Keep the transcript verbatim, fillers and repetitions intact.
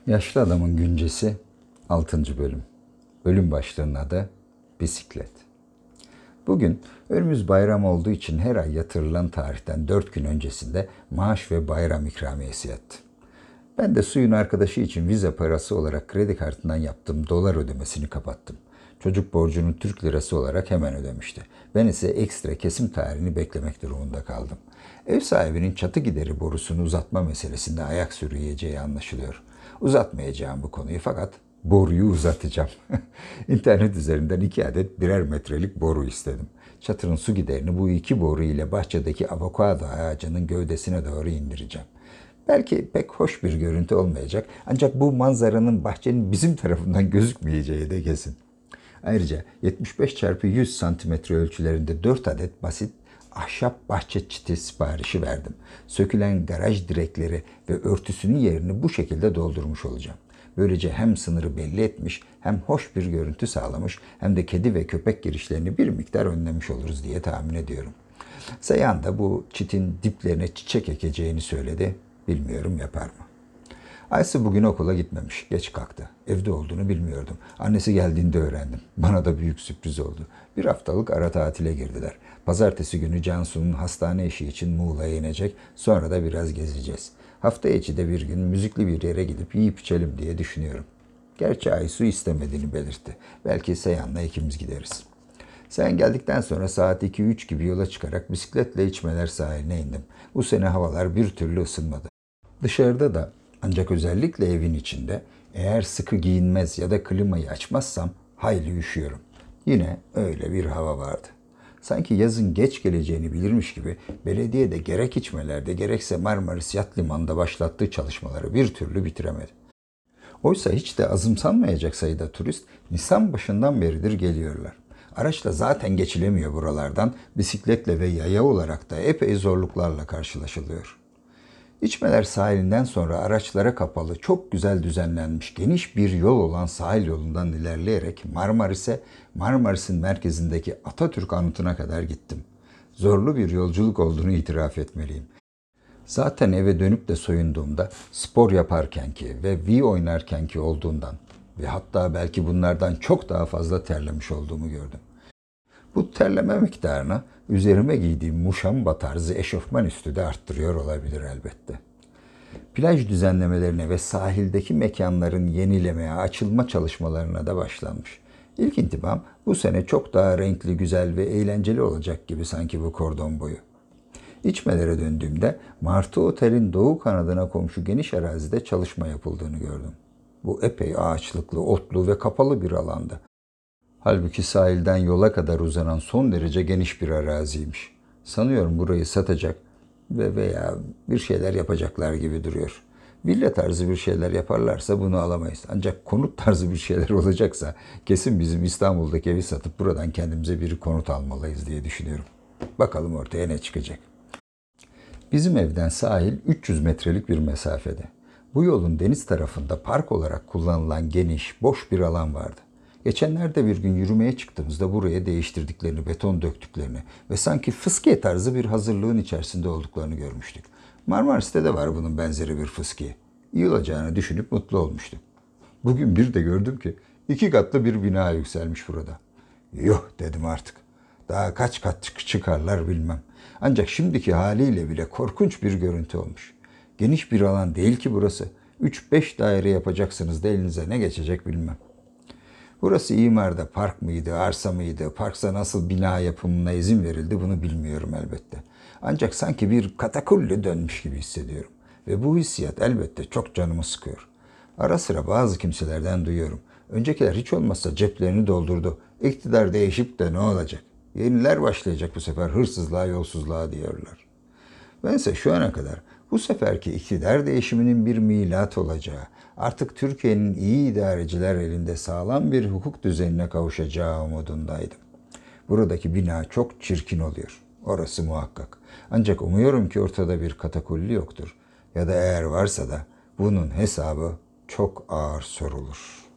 Yaşlı Adamın Güncesi altıncı bölüm. Bölüm başlığının adı Bisiklet. Bugün önümüz bayram olduğu için her ay yatırılan tarihten dört gün öncesinde maaş ve bayram ikramiyesi yattı. Ben de suyun arkadaşı için vize parası olarak kredi kartından yaptığım dolar ödemesini kapattım. Çocuk borcunu Türk lirası olarak hemen ödemişti. Ben ise ekstra kesim tarihini beklemek durumunda kaldım. Ev sahibinin çatı gideri borusunu uzatma meselesinde ayak sürüyeceği anlaşılıyor. Uzatmayacağım bu konuyu fakat boruyu uzatacağım. İnternet üzerinden iki adet birer metrelik boru istedim. Çatının su giderini bu iki boru ile bahçedeki avokado ağacının gövdesine doğru indireceğim. Belki pek hoş bir görüntü olmayacak ancak bu manzaranın bahçenin bizim tarafından gözükmeyeceği de kesin. Ayrıca yetmiş beş çarpı yüz santimetre ölçülerinde dört adet basit ahşap bahçe çiti siparişi verdim. Sökülen garaj direkleri ve örtüsünün yerini bu şekilde doldurmuş olacağım. Böylece hem sınırı belli etmiş, hem hoş bir görüntü sağlamış, hem de kedi ve köpek girişlerini bir miktar önlemiş oluruz diye tahmin ediyorum. Seyhan da bu çitin diplerine çiçek ekeceğini söyledi. Bilmiyorum yapar mı? Aysu bugün okula gitmemiş. Geç kalktı. Evde olduğunu bilmiyordum. Annesi geldiğinde öğrendim. Bana da büyük sürpriz oldu. Bir haftalık ara tatile girdiler. Pazartesi günü Cansu'nun hastane işi için Muğla'ya inecek. Sonra da biraz gezeceğiz. Hafta içi de bir gün müzikli bir yere gidip yiyip içelim diye düşünüyorum. Gerçi Aysu istemediğini belirtti. Belki Seyhan'la ikimiz gideriz. Sen geldikten sonra saat iki üç gibi yola çıkarak bisikletle İçmeler sahiline indim. Bu sene havalar bir türlü ısınmadı. Dışarıda da ancak özellikle evin içinde eğer sıkı giyinmez ya da klimayı açmazsam hayli üşüyorum. Yine öyle bir hava vardı. Sanki yazın geç geleceğini bilirmiş gibi belediye de gerek İçmeler'de gerekse Marmaris Yat Limanı'nda başlattığı çalışmaları bir türlü bitiremedi. Oysa hiç de azımsanmayacak sayıda turist Nisan başından beridir geliyorlar. Araçla zaten geçilemiyor buralardan, bisikletle ve yaya olarak da epey zorluklarla karşılaşılıyor. İçmeler sahilinden sonra araçlara kapalı, çok güzel düzenlenmiş geniş bir yol olan sahil yolundan ilerleyerek Marmaris'e, Marmaris'in merkezindeki Atatürk anıtına kadar gittim. Zorlu bir yolculuk olduğunu itiraf etmeliyim. Zaten eve dönüp de soyunduğumda spor yaparkenki ve Wii oynarkenki olduğundan ve hatta belki bunlardan çok daha fazla terlemiş olduğumu gördüm. Bu terleme miktarını üzerime giydiğim muşamba tarzı eşofman üstü de arttırıyor olabilir elbette. Plaj düzenlemelerine ve sahildeki mekanların yenilemeye, açılma çalışmalarına da başlanmış. İlk intibam bu sene çok daha renkli, güzel ve eğlenceli olacak gibi sanki bu kordon boyu. İçmelere döndüğümde Martı Otel'in doğu kanadına komşu geniş arazide çalışma yapıldığını gördüm. Bu epey ağaçlıklı, otlu ve kapalı bir alandı. Halbuki sahilden yola kadar uzanan son derece geniş bir araziymiş. Sanıyorum burayı satacak ve veya bir şeyler yapacaklar gibi duruyor. Villa tarzı bir şeyler yaparlarsa bunu alamayız. Ancak konut tarzı bir şeyler olacaksa kesin bizim İstanbul'daki evi satıp buradan kendimize bir konut almalıyız diye düşünüyorum. Bakalım ortaya ne çıkacak. Bizim evden sahil üç yüz metrelik bir mesafede. Bu yolun deniz tarafında park olarak kullanılan geniş, boş bir alan vardı. Geçenlerde bir gün yürümeye çıktığımızda buraya değiştirdiklerini, beton döktüklerini ve sanki fıskiye tarzı bir hazırlığın içerisinde olduklarını görmüştük. Marmaris'te de var bunun benzeri bir fıskiye. İyi olacağını düşünüp mutlu olmuştuk. Bugün bir de gördüm ki iki katlı bir bina yükselmiş burada. Yuh dedim artık. Daha kaç kat çıkarlar bilmem. Ancak şimdiki haliyle bile korkunç bir görüntü olmuş. Geniş bir alan değil ki burası. üç beş daire yapacaksınız da elinize ne geçecek bilmem. Burası imarda park mıydı, arsa mıydı, parksa nasıl bina yapımına izin verildi bunu bilmiyorum elbette. Ancak sanki bir katakulli dönmüş gibi hissediyorum. Ve bu hissiyat elbette çok canımı sıkıyor. Ara sıra bazı kimselerden duyuyorum. Öncekiler hiç olmazsa ceplerini doldurdu. İktidar değişip de ne olacak? Yeniler başlayacak bu sefer hırsızlığa, yolsuzluğa diyorlar. Bense şu ana kadar bu seferki iktidar değişiminin bir milat olacağı, artık Türkiye'nin iyi idareciler elinde sağlam bir hukuk düzenine kavuşacağı umudundaydım. Buradaki bina çok çirkin oluyor. Orası muhakkak. Ancak umuyorum ki ortada bir katakulli yoktur. Ya da eğer varsa da bunun hesabı çok ağır sorulur.